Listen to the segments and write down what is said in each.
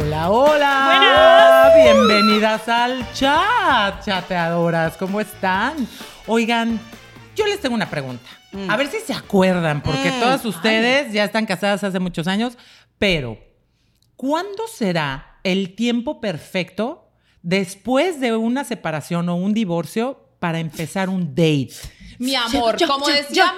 Hola, hola. Buenas. Bienvenidas al chat, chateadoras. ¿Cómo están? Oigan, yo les tengo una pregunta. A ver si se acuerdan, porque todas ustedes ya están casadas hace muchos años, pero ¿cuándo será el tiempo perfecto después de una separación o un divorcio para empezar un date? Mi amor, como decía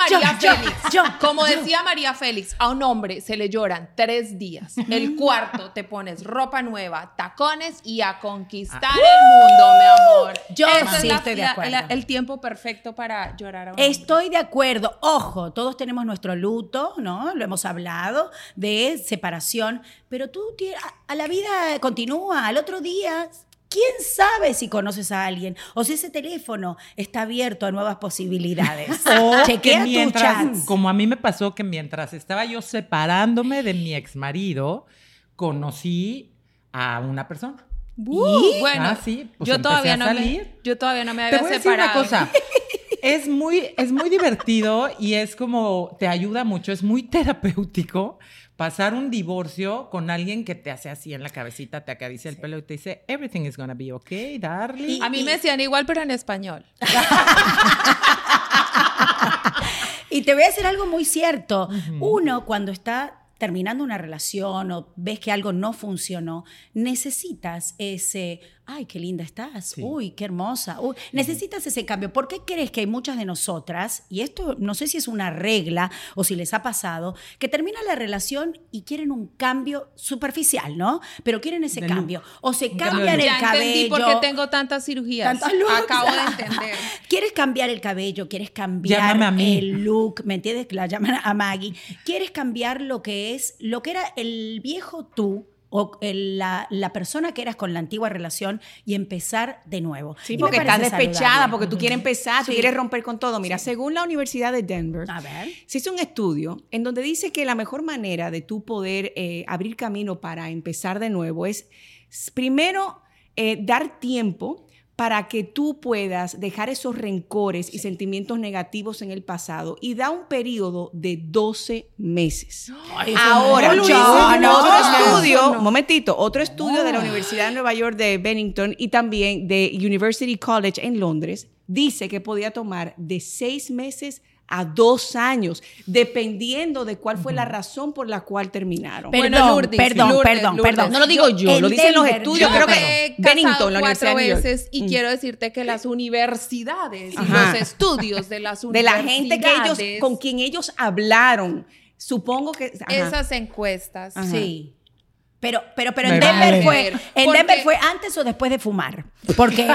María Félix, a un hombre se le lloran 3 días. El cuarto te pones ropa nueva, tacones y a conquistar el mundo, mi amor. Yo Ese sí es estoy de acuerdo. el tiempo perfecto para llorar a un hombre. Estoy de acuerdo. Ojo, todos tenemos nuestro luto, ¿no? Lo hemos hablado de separación, pero a la vida continúa. Al otro día, ¿quién sabe si conoces a alguien o si ese teléfono está abierto a nuevas posibilidades? O que Chequea tu mientras, chat. como a mí me pasó que mientras estaba yo separándome de mi exmarido, conocí a una persona. Bueno, sí, pues yo empecé todavía a no salir. yo todavía no me Te había voy a decir separado. una cosa. Es muy divertido y es como, te ayuda mucho, es muy terapéutico pasar un divorcio con alguien que te hace así en la cabecita, te acaricia el pelo y te dice, everything is gonna be okay, darling. A mí me decían igual, pero en español. Y te voy a decir algo muy cierto. Uno, cuando está terminando una relación o ves que algo no funcionó, necesitas ese, ay, qué linda estás, Sí. uy, qué hermosa, uy, necesitas ese cambio. ¿Por qué crees que hay muchas de nosotras, y esto no sé si es una regla o si les ha pasado, que termina la relación y quieren un cambio superficial, ¿no? Pero quieren ese De cambio. O se Un cambio cambian de el Ya cabello. entendí por qué tengo tantas cirugías. Tantos looks. Acabo de entender. Quieres cambiar el cabello, quieres cambiar Llámame a mí. el look, ¿me entiendes? Que la llaman a Maggie. Quieres cambiar lo que era el viejo tú o la persona que eras con la antigua relación y empezar de nuevo. Sí, Y me porque estás parece despechada, saludable. porque tú quieres empezar, tú Sí. quieres romper con todo. Mira, según la Universidad de Denver, A ver. se hizo un estudio en donde dice que la mejor manera de tú poder abrir camino para empezar de nuevo es primero dar tiempo para que tú puedas dejar esos rencores y sentimientos negativos en el pasado y da un periodo de 12 meses. Ay, Ahora, eso un momentito, otro estudio de la Universidad de Nueva York de Bennington y también de University College en Londres dice que podía tomar de 6 meses a 2 años, dependiendo de cuál fue la razón por la cual terminaron. Perdón, perdón. No lo digo yo, lo dicen los Denver, estudios, yo creo Me que he Bennington, casado la Universidad 4 de New York. veces y quiero decirte que las universidades y Ajá. los estudios de las De universidades, la gente que con quien ellos hablaron, supongo que... ajá. esas encuestas. Ajá. Sí. Pero Me en Denver vale. Porque- fue antes o después de fumar. Porque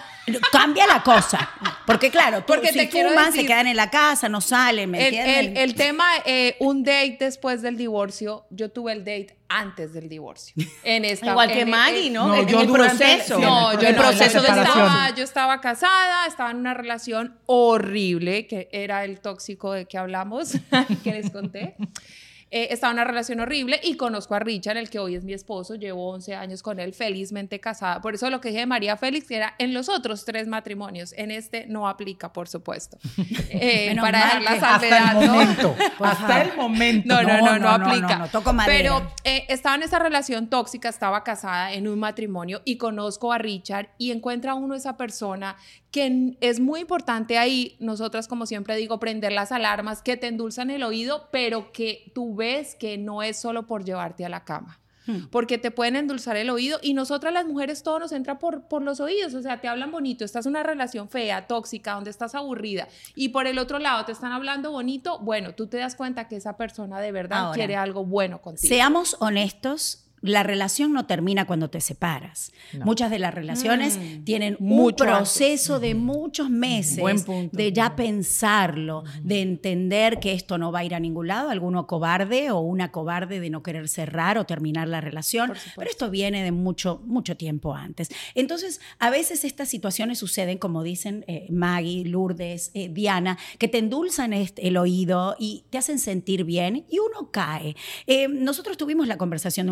cambia la cosa. Porque claro, Porque si te quiero fuman, se decir- quedan en la casa, no salen, ¿me entiendes? El tema, un date después del divorcio, yo tuve el date antes del divorcio. Igual que Maggie, ¿no? No, En yo el durante- proceso. sí, No, en yo el no, proceso de yo estaba casada, estaba en una relación horrible, que era el tóxico de que hablamos, que les conté. Estaba en una relación horrible y conozco a Richard, el que hoy es mi esposo, llevo 11 años con él, felizmente casada. Por eso lo que dije de María Félix era en los otros 3 matrimonios, en este no aplica, por supuesto. Menos Para mal dejar la que salvedad, Hasta el ¿no? momento. Hasta el momento. No aplica. no, toco madera. Pero estaba en esa relación tóxica, estaba casada en un matrimonio y conozco a Richard y encuentra uno esa persona que es muy importante ahí, nosotras como siempre digo, prender las alarmas que te endulzan el oído, pero que tú ves que no es solo por llevarte a la cama. Porque te pueden endulzar el oído y nosotras las mujeres todo nos entra por los oídos, o sea, te hablan bonito, estás en una relación fea, tóxica, donde estás aburrida y por el otro lado te están hablando bonito, bueno, tú te das cuenta que esa persona de verdad Ahora, quiere algo bueno contigo. Seamos honestos. La relación no termina cuando te separas. No. Muchas de las relaciones tienen un Mucho proceso de muchos meses Buen punto. de ya pensarlo, de entender que esto no va a ir a ningún lado, alguno cobarde o una cobarde de no querer cerrar o terminar la relación, Por supuesto. pero esto viene de mucho tiempo antes. Entonces, a veces estas situaciones suceden, como dicen Maggie, Lourdes, Diana, que te endulzan el oído y te hacen sentir bien y uno cae. Nosotros tuvimos la conversación de un clavo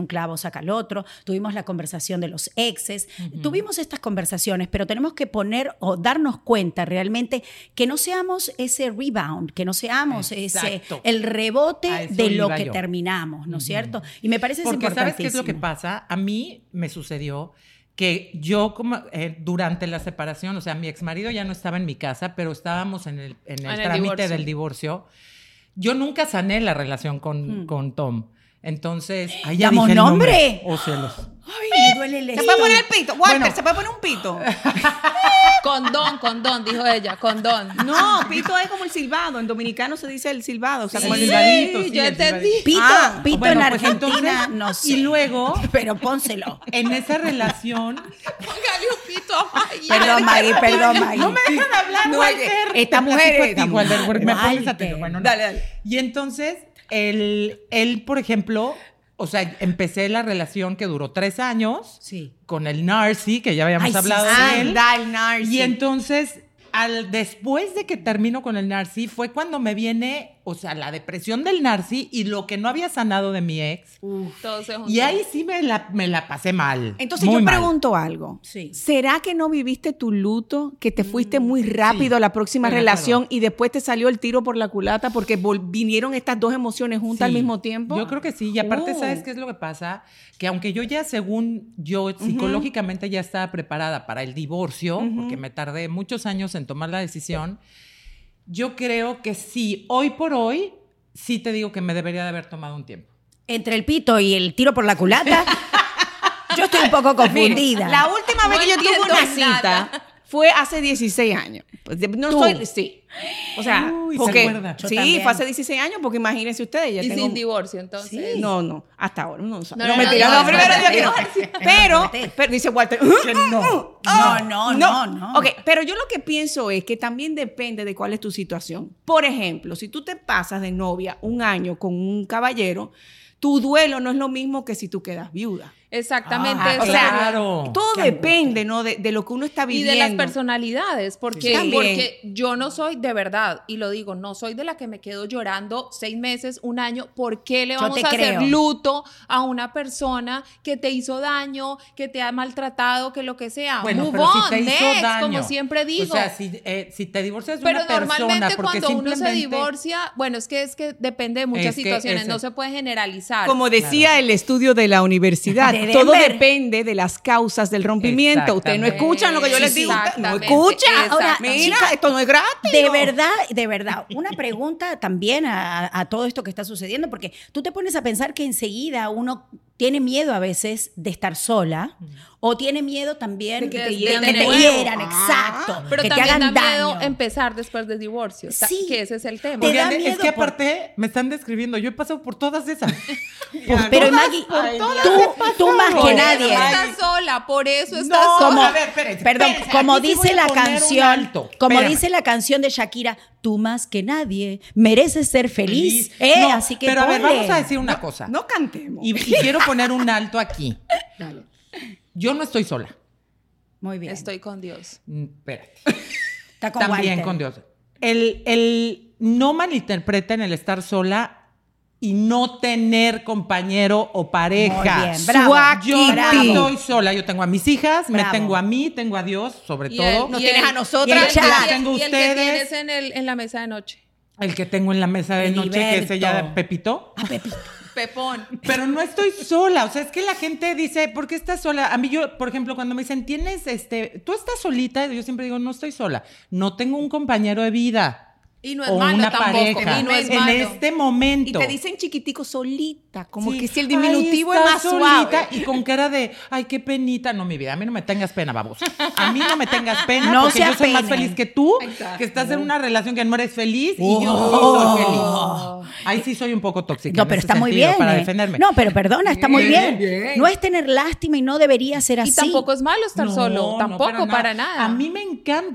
saca al otro, tuvimos la conversación de los exes, tuvimos estas conversaciones, pero tenemos que poner o darnos cuenta realmente que no seamos ese rebound, que no seamos el rebote de lo que terminamos, ¿no es cierto? Y me parece porque importantísimo. ¿sabes qué es lo que pasa? A mí me sucedió que yo durante la separación, o sea, mi exmarido ya no estaba en mi casa, pero estábamos en el trámite del divorcio. Yo nunca sané la relación con Tom. Entonces, ahí ya ¿damos dije nombre? Oh, cielos. Ay, me duele el ¿Se estómago. puede poner el pito? Walter, ¿se puede poner un pito? Condón, dijo ella, condón. No, pito es como el silbado. En dominicano se dice el silbado. O sea, como el silbadito, sí, sí, yo el entendí. silbadito. Pito Bueno, en pues Argentina, entonces, no sé. Y luego, Pero pónselo. en esa relación... Póngale un pito a Maggie. Perdón, Maggie. No me dejan hablar, No, Walter. esta mujer Así fue, Walter, porque me pones Walter. atención. Bueno, no. Dale. Y entonces, él, por ejemplo, o sea, empecé la relación que duró 3 años Sí. con el Narci, que ya habíamos Ay, sí, hablado sí. de él. Anda, el Narci. Y entonces, después de que termino con el Narci, fue cuando me viene, o sea, la depresión del Narci y lo que no había sanado de mi ex. Todo se juntó. Y ahí sí me la pasé mal. Entonces muy yo mal. pregunto algo. Sí. ¿Será que no viviste tu luto, que te fuiste muy rápido a la próxima estoy de relación acuerdo. y después te salió el tiro por la culata porque vinieron estas dos emociones juntas Sí, al mismo tiempo? Yo creo que sí. Y aparte, ¿sabes qué es lo que pasa? Que aunque yo ya, según yo, psicológicamente ya estaba preparada para el divorcio, porque me tardé muchos años en tomar la decisión, yo creo que sí, hoy por hoy, sí te digo que me debería de haber tomado un tiempo. Entre el pito y el tiro por la culata, yo estoy un poco confundida. La última vez No que yo tuve entiendo una cita nada. fue hace 16 años. Pues, no ¿Tú? soy, sí. O sea, Uy, ¿se porque acuerda? Yo sí, también. fue hace 16 años porque imagínense ustedes, ya Y tengo sin divorcio, entonces. No, hasta ahora no. No, Mentira, no, no, primero espérate, digo que no. Pero dice Walter, No. Ok, pero yo lo que pienso es que también depende de cuál es tu situación. Por ejemplo, si tú te pasas de novia un año con un caballero, tu duelo no es lo mismo que si tú quedas viuda. Exactamente. Ah, eso O sea, claro. todo Qué depende, ¿no? De lo que uno está y viviendo. de las personalidades, porque, Sí. porque yo no soy de verdad, y lo digo, no soy de la que me quedo llorando 6 meses, un año. ¿Por qué le Yo vamos te a hacer creo. luto a una persona que te hizo daño, que te ha maltratado, que lo que sea? Bueno, Move pero si on, te hizo next, daño. como siempre digo. O sea, si te divorcias de Pero una persona normalmente porque cuando uno se simplemente... divorcia, bueno, es que depende de muchas Es que situaciones, ese- no se puede generalizar. Como decía el estudio de la universidad, De todo Denver. depende de las causas del rompimiento. Ustedes no escuchan lo que yo les digo. Ustedes no Exactamente. escuchan. Ahora, Mira, chica, esto no es gratis. De verdad, una pregunta también a todo esto que está sucediendo, porque tú te pones a pensar que enseguida uno tiene miedo a veces de estar sola, o tiene miedo también De que te de hieran que de te nuevo. hieran, exacto, Pero que te también da hagan miedo daño. empezar después del divorcio, Sí. que ese es el tema. Te da Oigan, es miedo que por- aparte me están describiendo, yo he pasado por todas esas. Pero Maggie, tú más que Por nadie. eso estás sola, por eso estás No, sola. Como, a ver, espérense, perdón, espérense, como aquí sí dice voy a la poner un canción, alto. como Espérame. dice la canción de Shakira, tú más que nadie mereces ser feliz. No, Así que pero a ver, ponle. vamos a decir una cosa. No cantemos. Y quiero poner un alto aquí. Dale. Yo no estoy sola. Muy bien. Estoy con Dios. Espérate. Está con También Walter. con Dios. El no malinterpreten el estar sola y no tener compañero o pareja. Muy bien, bravo. Yo bravo. no estoy sola. Yo tengo a mis hijas, me Bravo. tengo a mí, tengo a Dios, sobre Y todo. Nos tienes a nosotras. y el chat. Los tengo y el que ustedes. tienes en la mesa de noche. El que tengo en la mesa de noche, que Heriberto. se llama Pepito. Ah, Pepito. Pepón. Pero no estoy sola, o sea, es que la gente dice, ¿por qué estás sola? A mí yo, por ejemplo, cuando me dicen, ¿tú estás solita? Yo siempre digo, no estoy sola, no tengo un compañero de vida. Y no es O malo una tampoco. pareja. Y no es en malo. este Y momento. te dicen chiquitico, solita, como Sí. que si el Ay, diminutivo es estás más solita, suave. y con cara de, ay, qué penita. No, mi vida, a mí no me tengas pena, babosa. A mí no me tengas pena, No porque se yo soy más apenen. feliz que tú, Exacto. que estás en una relación que no eres feliz, y yo Oh. sí soy feliz. Ahí sí soy un poco tóxica. No, en pero ese está muy sentido, bien. Para defenderme. No, pero perdona, está muy Bien, bien. bien. No es tener lástima y no debería ser así. Y tampoco es malo estar No, solo, no, tampoco, para nada. A mí me encanta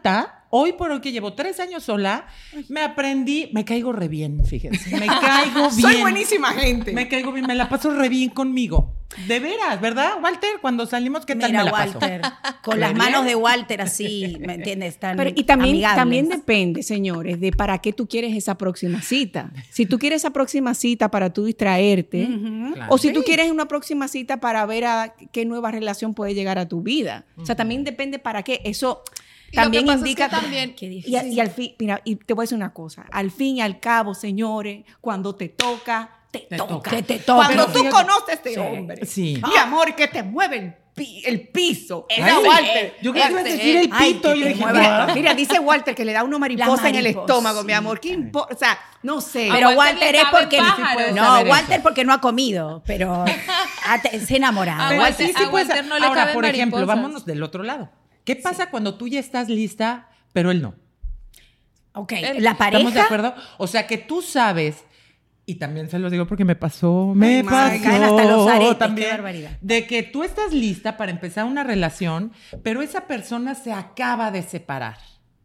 hoy por hoy que llevo 3 años sola, me caigo re bien, fíjense. Me caigo bien. Soy buenísima gente. Me caigo bien, me la paso re bien conmigo. De veras, ¿verdad, Walter? Cuando salimos, ¿qué tal Mira, me la paso? Walter, con las manos de Walter así, ¿me entiendes? Tan Pero, y también amigables. depende, señores, de para qué tú quieres esa próxima cita. Si tú quieres esa próxima cita para tú distraerte, Claro. o si tú quieres una próxima cita para ver a qué nueva relación puede llegar a tu vida. O sea, también depende para qué. Eso Y lo también que pasa indica... es que también... Qué Y, difícil. y al fin, mira, y te voy a decir una cosa. Al fin y al cabo, señores, cuando te toca, te toca. Que te toca. Cuando Pero tú fíjate- conoces a este Sí. hombre, Sí. mi amor, que te mueve el piso. Ay, Era Walter. Yo creo que ibas a decir el Ay, pito. que Yo te dije, mueva. "Guau". Mira, dice Walter que le da una mariposa en el mariposa, estómago, mi sí. amor. ¿Qué importa? O sea, no sé. Pero A Walter Walter le es caben porque pájaros. no, saber Walter eso. porque no ha comido, pero se ha enamorado. A Pero Walter- sí, sí a puede Walter ser. no le Ahora, caben por ejemplo, mariposas. vámonos del otro lado. ¿Qué pasa cuando tú ya estás lista, pero él no? Ok, El- la ¿Estamos de pareja acuerdo? O sea, que tú sabes, y también se los digo porque me pasó, my God. Caen hasta los aretes, qué barbaridad. de que tú estás lista para empezar una relación, pero esa persona se acaba de separar.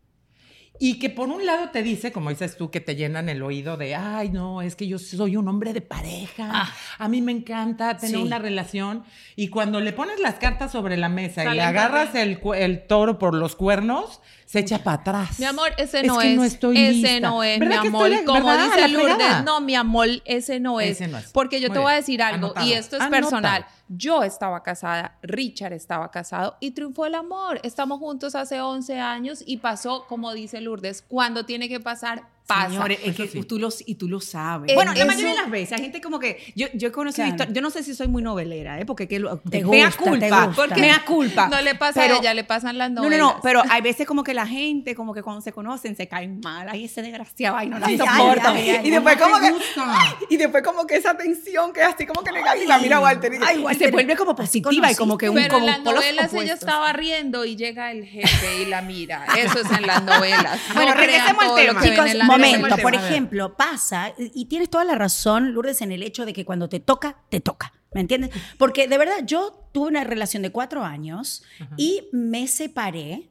Y que por un lado te dice, como dices tú, que te llenan el oído de, ay, no, es que yo soy un hombre de pareja, a mí me encanta tener Sí. una relación. Y cuando le pones las cartas sobre la mesa y Salen le agarras el toro por los cuernos, se echa para atrás. Mi amor, ese Es no que es. no estoy ese lista. no es, mi ¿Verdad que amor. estoy- Como verdad? dice La Lourdes, fregada. no, mi amor, ese no es. Ese no es. Porque yo Muy te voy a bien. decir algo, Anotado. y esto es Anotado. personal. Yo estaba casada, Richard estaba casado y triunfó el amor. Estamos juntos hace 11 años y pasó, como dice Lourdes, cuando tiene que pasar, pasa. Señores, es Eso que sí. tú lo sabes. Eh, Bueno, la eso- mayoría de las veces, hay gente como que yo he conocido Claro. historias, yo no sé si soy muy novelera, porque Te me da gusta, te culpa, gusta. me da culpa. No le pasa Pero- a ella, le pasan las No, novelas. no, pero hay veces como que la gente, como que cuando se conocen, se caen mal. Ay, ese desgraciado, ay, no la Ay, soporto. ay, ay, y después ¿cómo como te que, gusta? ay, y después como que esa tensión que es así como que negativa. Ay, Mira, Walter, ay, y Walter, se vuelve como así positiva y como que un Pero como en las polos novelas ella opuestos. estaba riendo y llega el jefe y la mira. Eso es en las novelas. Bueno, No crean regresemos al todo lo tema. que ven Chicos, en las momento, novelas. por A ver. ejemplo, pasa, y tienes toda la razón, Lourdes, en el hecho de que cuando te toca, ¿me entiendes? Porque de verdad, yo tuve una relación de 4 años y me separé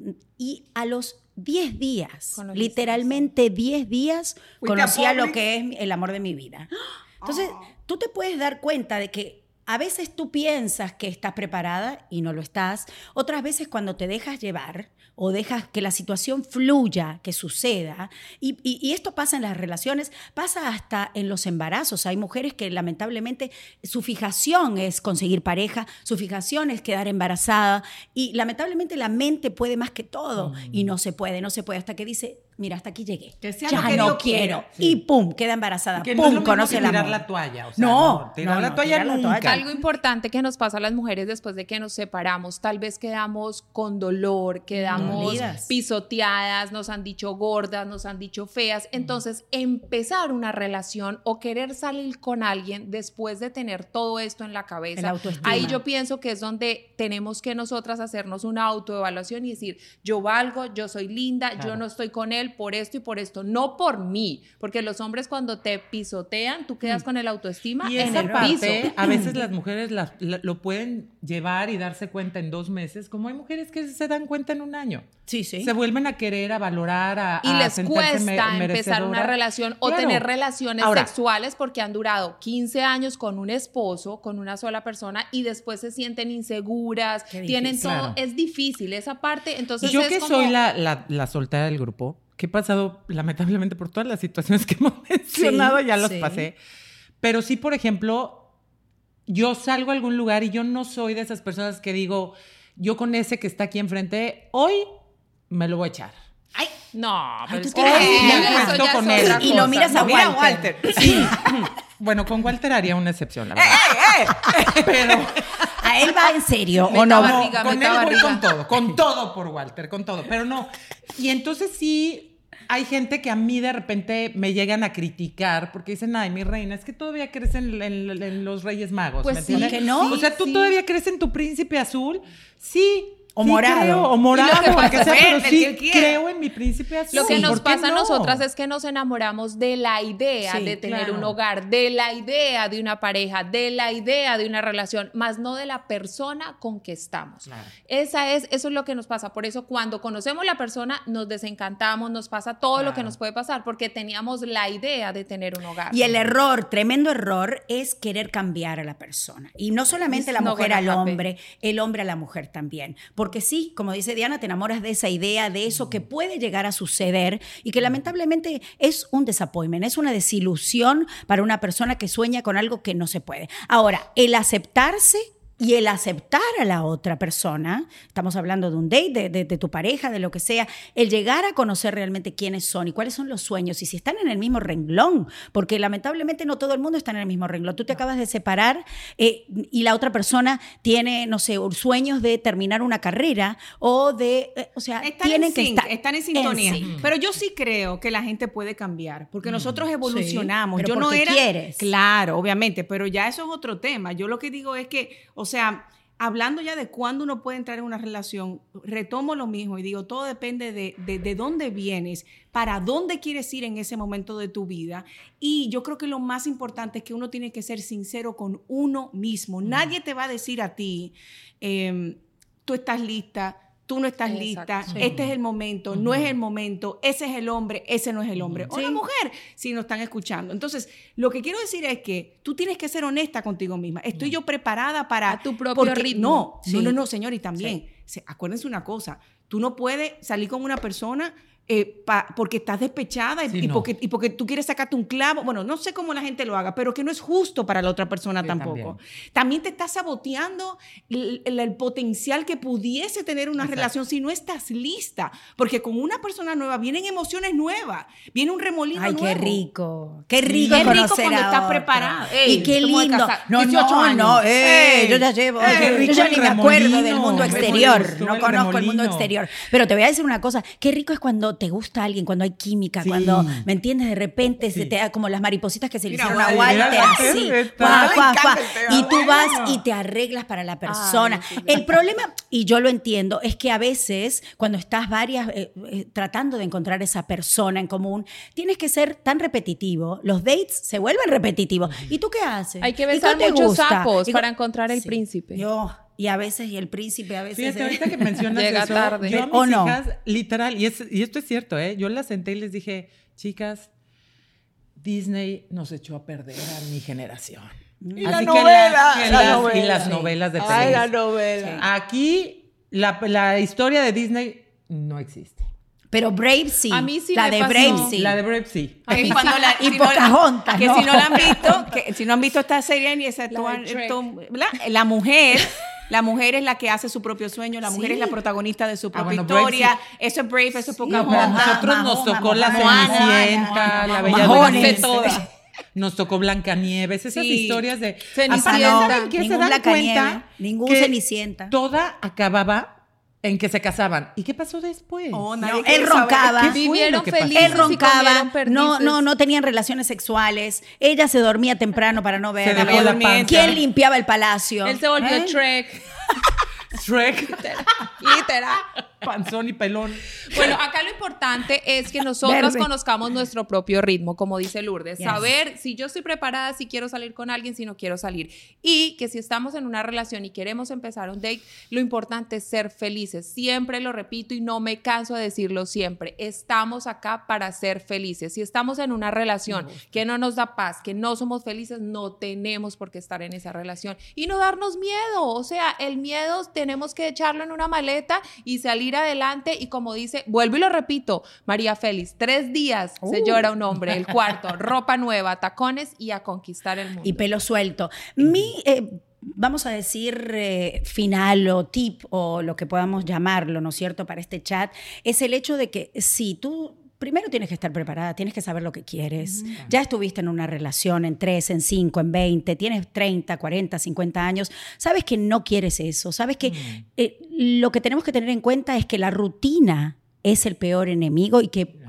y a los 10 días, Conociste literalmente 10 días, Fuiste a conocía lo Publix. que es el amor de mi vida. Entonces, tú te puedes dar cuenta de que a veces tú piensas que estás preparada y no lo estás. Otras veces cuando te dejas llevar o dejas que la situación fluya, que suceda, y esto pasa en las relaciones, pasa hasta en los embarazos. Hay mujeres que lamentablemente su fijación es conseguir pareja, su fijación es quedar embarazada y lamentablemente la mente puede más que todo y no se puede hasta que dice, mira, hasta aquí llegué. Que sea ya lo que no Dios quiero. quiera. Y pum, queda embarazada. Que no Pum, es lo mismo conoce que el amor. tirar la toalla. O sea, No, tirar no, la no, toalla tirar la nunca. toalla. Algo importante que nos pasa a las mujeres después de que nos separamos, tal vez quedamos con dolor, quedamos Dolidas. pisoteadas, nos han dicho gordas, nos han dicho feas. Entonces, empezar una relación o querer salir con alguien después de tener todo esto en la El cabeza, autoestima. ahí yo pienso que es donde tenemos que nosotras hacernos una autoevaluación y decir, yo valgo, yo soy linda, Claro. yo no estoy con él por esto y por esto, no por mí, porque los hombres cuando te pisotean, tú quedas con el autoestima Y en esa el parte, piso. a veces las mujeres lo pueden llevar y darse cuenta en 2 meses, como hay mujeres que se dan cuenta en 1 año. Sí, sí. Se vuelven a querer, a valorar, Y a les sentirse cuesta empezar merecedora. una relación o Claro. tener relaciones Ahora, sexuales porque han durado 15 años con un esposo, con una sola persona y después se sienten inseguras, Qué tienen difícil. todo, Claro. es difícil esa parte, entonces yo es que como- soy la soltera del grupo, que he pasado lamentablemente por todas las situaciones que hemos mencionado, ya los sí. pasé, pero sí, por ejemplo, yo salgo a algún lugar y yo no soy de esas personas que digo, yo con ese que está aquí enfrente, hoy me lo voy a echar. No, pero tú es que tienes- eso acuesto ya con es él. otra Y lo cosa. miras a Mira, Walter. Sí. Bueno, con Walter haría una excepción, la verdad. Pero ¿A él va en serio Meta o no? barriga, con meta él voy barriga. con todo por Walter, con todo. Pero no. Y entonces sí, hay gente que a mí de repente me llegan a criticar porque dicen, ay, mi reina, es que todavía crees en los Reyes Magos. Pues ¿me sí, entiendes? que no. O sea, tú Sí. todavía crees en tu príncipe azul. Sí, O Sí, morado. creo, o morado, Y lo que o lo que pasa- sea, pero verde, el sí que él quiera. creo en mi príncipe azul. Lo que nos ¿por qué pasa a no? nosotras es que nos enamoramos de la idea Sí, de tener claro. un hogar, de la idea de una pareja, de la idea de una relación, más no de la persona con que estamos. Claro. Eso es lo que nos pasa. Por eso cuando conocemos la persona nos desencantamos, nos pasa todo lo que Claro. nos puede pasar porque teníamos la idea de tener un hogar. Y el error, tremendo error, es querer cambiar a la persona. Y no solamente la It's not mujer al gonna happen. hombre, el hombre a la mujer también. Porque sí, como dice Diana, te enamoras de esa idea, de eso que puede llegar a suceder y que lamentablemente es un disappointment, es una desilusión para una persona que sueña con algo que no se puede. Ahora, el aceptarse y el aceptar a la otra persona, estamos hablando de un date, de tu pareja, de lo que sea, el llegar a conocer realmente quiénes son y cuáles son los sueños y si están en el mismo renglón, porque lamentablemente no todo el mundo está en el mismo renglón. Tú te acabas de separar y la otra persona tiene, no sé, sueños de terminar una carrera o de, o sea, Están tienen en que sync, estar están en sintonía. sync. Pero yo sí creo que la gente puede cambiar, porque nosotros evolucionamos. pero Yo no porque era, quieres. claro, obviamente, pero ya eso es otro tema. Yo lo que digo es que, o sea, hablando ya de cuándo uno puede entrar en una relación, retomo lo mismo y digo, todo depende de dónde vienes, para dónde quieres ir en ese momento de tu vida. Y yo creo que lo más importante es que uno tiene que ser sincero con uno mismo. Nadie te va a decir a ti, tú estás lista, tú no estás Exacto, lista, sí. este es el momento, no es el momento, ese es el hombre, ese no es el hombre. O Sí. la mujer, si nos están escuchando. Entonces, lo que quiero decir es que tú tienes que ser honesta contigo misma. ¿Estoy yo preparada para... A tu propio ritmo. No, señor, y también, acuérdense una cosa, tú no puedes salir con una persona porque estás despechada Sí, y no. porque tú quieres sacarte un clavo. Bueno, no sé cómo la gente lo haga, pero que no es justo para la otra persona Sí, tampoco. También te estás saboteando el potencial que pudiese tener una Exacto. relación si no estás lista. Porque con una persona nueva vienen emociones nuevas, viene un remolino Ay, nuevo. qué rico. Qué rico Qué rico conocer cuando a estás otro. preparada. Y Ey, qué estamos de lindo. casada, No, 18 años. no, Ey, yo ya llevo. qué rico Yo ya el ni me acuerdo del remolino. mundo Me exterior. gustó No el conozco el mundo remolino. exterior. Pero te voy a decir una cosa. Qué rico es cuando te gusta alguien, cuando hay química, Sí. cuando, ¿me entiendes? De repente Sí. se te da como las maripositas que se le Mira, hicieron a Walter, Walter, mira, así. perfecto. Fuá, Me fuá, encanta fuá. el tema. Y tú Bueno. vas y te arreglas para la persona. Ay, sí, El problema, y yo lo entiendo, es que a veces cuando estás tratando de encontrar esa persona en común, tienes que ser tan repetitivo. Los dates se vuelven repetitivos. ¿Y tú qué haces? Hay que ¿Y besar qué te muchos gusta? sapos Digo, para encontrar el sí, príncipe. y a veces, y el príncipe a veces... Fíjate, ahorita que mencionas Llega eso, tarde. yo a mis ¿O no? hijas, literal, y esto es cierto, yo las senté y les dije, chicas, Disney nos echó a perder a mi generación. Y Así la que novela, y la las novela. novelas de Ay, la Televisa. novela. Aquí la historia de Disney no existe. Pero Brave sí. A mí sí la me de pasó. Brave sí. La de Brave sí. A mí Que sí. cuando Y Pocahontas, que ¿no? si no la han visto, que si no han visto esta serie ni esa La de Shrek. ¿verdad? La mujer es la que hace su propio sueño, la mujer Sí. es la protagonista de su propia bueno, Brave historia. sí. Eso es Brave, eso es No, pero a Pocahontas. nosotros nos Mahoma, tocó la Moana, Cenicienta, Moana, la Bella Mahones. Durmiente. Todas. Nos tocó Blancanieves, esas Sí. historias de... Cenicienta. Aparte, ¿saben qué? Se Ningún dan Blancanieves, cuenta ningún que Cenicienta. Toda acababa en que se casaban. ¿Y qué pasó después? Oh, No, nadie él quiere saber. roncaba. ¿Qué fue Vivieron lo que pasó? felices. Él roncaba, comieron perdices. no tenían relaciones sexuales. Ella se dormía temprano para no Se ver. dejó la panza. ¿Quién limpiaba el palacio? Él se volvió ¿Eh? Shrek. Shrek, Literal. panzón y pelón. Bueno, acá lo importante es que nosotros Verde. conozcamos nuestro propio ritmo, como dice Lourdes. Yes. Saber si yo estoy preparada, si quiero salir con alguien, si no quiero salir. Y que si estamos en una relación y queremos empezar un date, lo importante es ser felices. Siempre lo repito y no me canso de decirlo siempre. Estamos acá para ser felices. Si estamos en una relación que no nos da paz, que no somos felices, no tenemos por qué estar en esa relación. Y no darnos miedo. O sea, el miedo tenemos que echarlo en una maleta y salir adelante. Y como dice, vuelvo y lo repito, María Félix, 3 días se llora un hombre. El cuarto, ropa nueva, tacones y a conquistar el mundo. Y pelo suelto. Vamos a decir, final o tip o lo que podamos llamarlo, ¿no es cierto?, para este chat, es el hecho de que si tú... Primero tienes que estar preparada, tienes que saber lo que quieres. Ya estuviste en una relación en 3, en 5, en 20, tienes 30, 40, 50 años. Sabes que no quieres eso. Sabes que lo que tenemos que tener en cuenta es que la rutina es el peor enemigo y que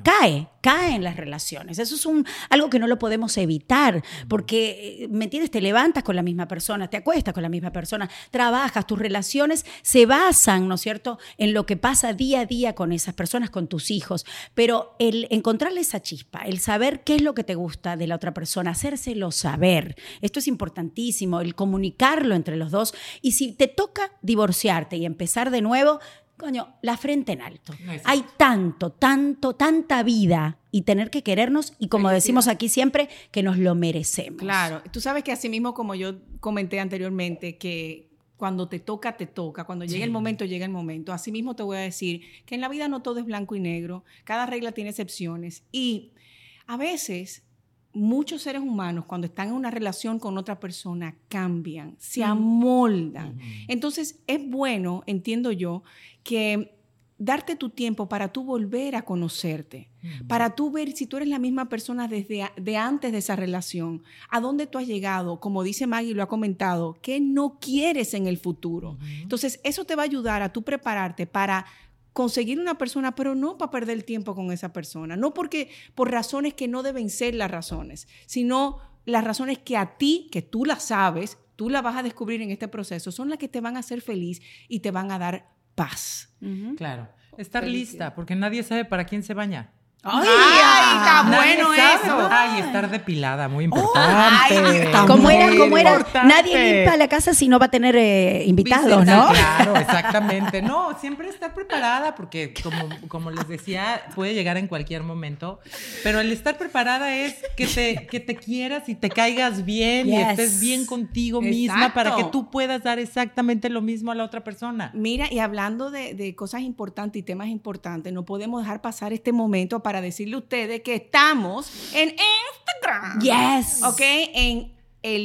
cae en las relaciones. Eso es algo que no lo podemos evitar, porque, ¿me entiendes? Te levantas con la misma persona, te acuestas con la misma persona, trabajas, tus relaciones se basan, ¿no es cierto?, en lo que pasa día a día con esas personas, con tus hijos, pero el encontrarle esa chispa, el saber qué es lo que te gusta de la otra persona, hacérselo saber, esto es importantísimo, el comunicarlo entre los dos, y si te toca divorciarte y empezar de nuevo, coño, la frente en alto. Hay tanta vida y tener que querernos y, como decimos aquí siempre, que nos lo merecemos. Claro. Tú sabes que así mismo, como yo comenté anteriormente, que cuando te toca, cuando llega el momento, llega el momento. Así mismo te voy a decir que en la vida no todo es blanco y negro, cada regla tiene excepciones y a veces muchos seres humanos, cuando están en una relación con otra persona, cambian, se amoldan. Entonces, es bueno, entiendo yo, que darte tu tiempo para tú volver a conocerte, para tú ver si tú eres la misma persona de antes de esa relación, a dónde tú has llegado, como dice Maggie, lo ha comentado, qué no quieres en el futuro. Entonces, eso te va a ayudar a tú prepararte para conseguir una persona, pero no para perder el tiempo con esa persona, no por razones que no deben ser las razones, sino las razones que a ti, que tú las sabes, tú las vas a descubrir en este proceso, son las que te van a hacer feliz y te van a dar paz. Claro. Estar lista, porque nadie sabe para quién se baña. ¡Ay, está bueno eso! Ay, estar depilada, muy importante. ¿Cómo era? Importante. Nadie limpia la casa si no va a tener invitados, ¿no? Claro, exactamente. No, siempre estar preparada, porque como les decía, puede llegar en cualquier momento, pero el estar preparada es que te quieras y te caigas bien y estés bien contigo misma para que tú puedas dar exactamente lo mismo a la otra persona. Mira, y hablando de cosas importantes y temas importantes, no podemos dejar pasar este momento para decirle a ustedes que estamos en Instagram. Yes. ¿Ok? En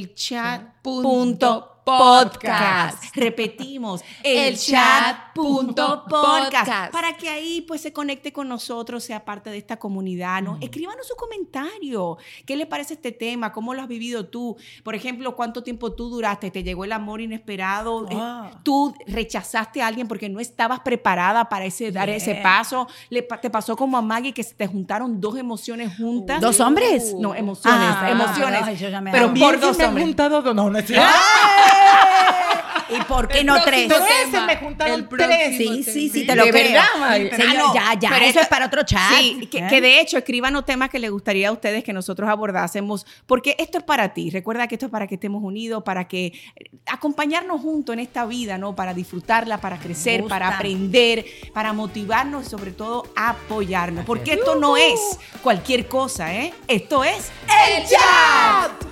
elchat.podcast. Repetimos, elchat.podcast. Para que ahí pues se conecte con nosotros, sea parte de esta comunidad, ¿no? Escríbanos su comentario. ¿Qué le parece este tema? ¿Cómo lo has vivido tú? Por ejemplo, ¿cuánto tiempo tú duraste? ¿Te llegó el amor inesperado? ¿Tú rechazaste a alguien porque no estabas preparada para dar ese paso? ¿Te pasó como a Maggie que se te juntaron dos emociones juntas? ¿Dos hombres? No, emociones. Ay, yo ya me pero amo. por dos me han hombres. juntado, no es cierto. ¿Y por qué no tres? Se me juntaron tres. Sí, te lo De creo. verdad, Maggie. Señor, ya, pero eso es para otro chat. Sí, que de hecho escríbanos temas que les gustaría a ustedes que nosotros abordásemos, porque esto es para ti. Recuerda que esto es para que estemos unidos, para que acompañarnos juntos en esta vida, ¿no? Para disfrutarla, para crecer, para aprender, para motivarnos y sobre todo apoyarnos. Porque esto no es cualquier cosa, ¿eh? Esto es ¡El Chat!